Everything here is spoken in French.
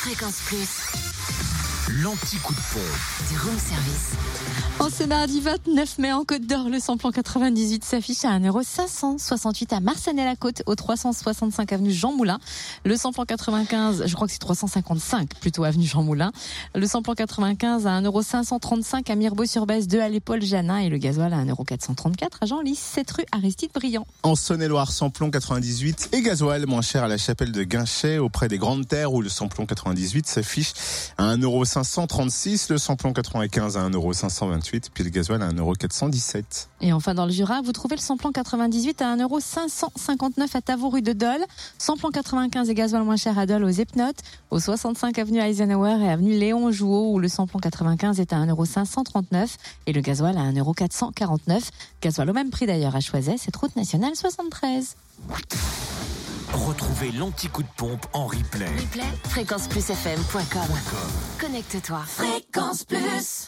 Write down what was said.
Fréquence Plus. L'anti-coup de pompe Du room service. En ce mardi 29 mai en Côte d'Or, le samplon 98 s'affiche à 1,568 € à Marsanne-la-Côte, au 365 avenue Jean Moulin. Le samplon 95, je crois que c'est 355 plutôt avenue Jean Moulin. Le samplon 95 à 1,535 € à Mirebeau-sur-Bèze 2 à l'épaule Janin et le gasoil à 1,434 € à Genlis, 7 rue Aristide Briand. En Saône-et-Loire, samplon 98 et gasoil moins cher à la chapelle de Guinchet auprès des Grandes Terres où le samplon 98 s'affiche à 1,536 €, le samplon 95 à 1,528 €, puis le gasoil à 1,417 €. Et enfin dans le Jura, vous trouvez le samplon 98 à 1,559 € à Tavaux rue de Dole, samplon 95 et gasoil moins cher à Dole aux Epnotes, au 65 avenue Eisenhower et avenue Léon Jouot où le samplon 95 est à 1,539 € et le gasoil à 1,449 €. Gasoil au même prix d'ailleurs à Choiset, c'est route nationale 73. Retrouvez l'anti-coup de pompe en replay. Fréquenceplusfm.com. Connecte-toi. Fréquence Plus.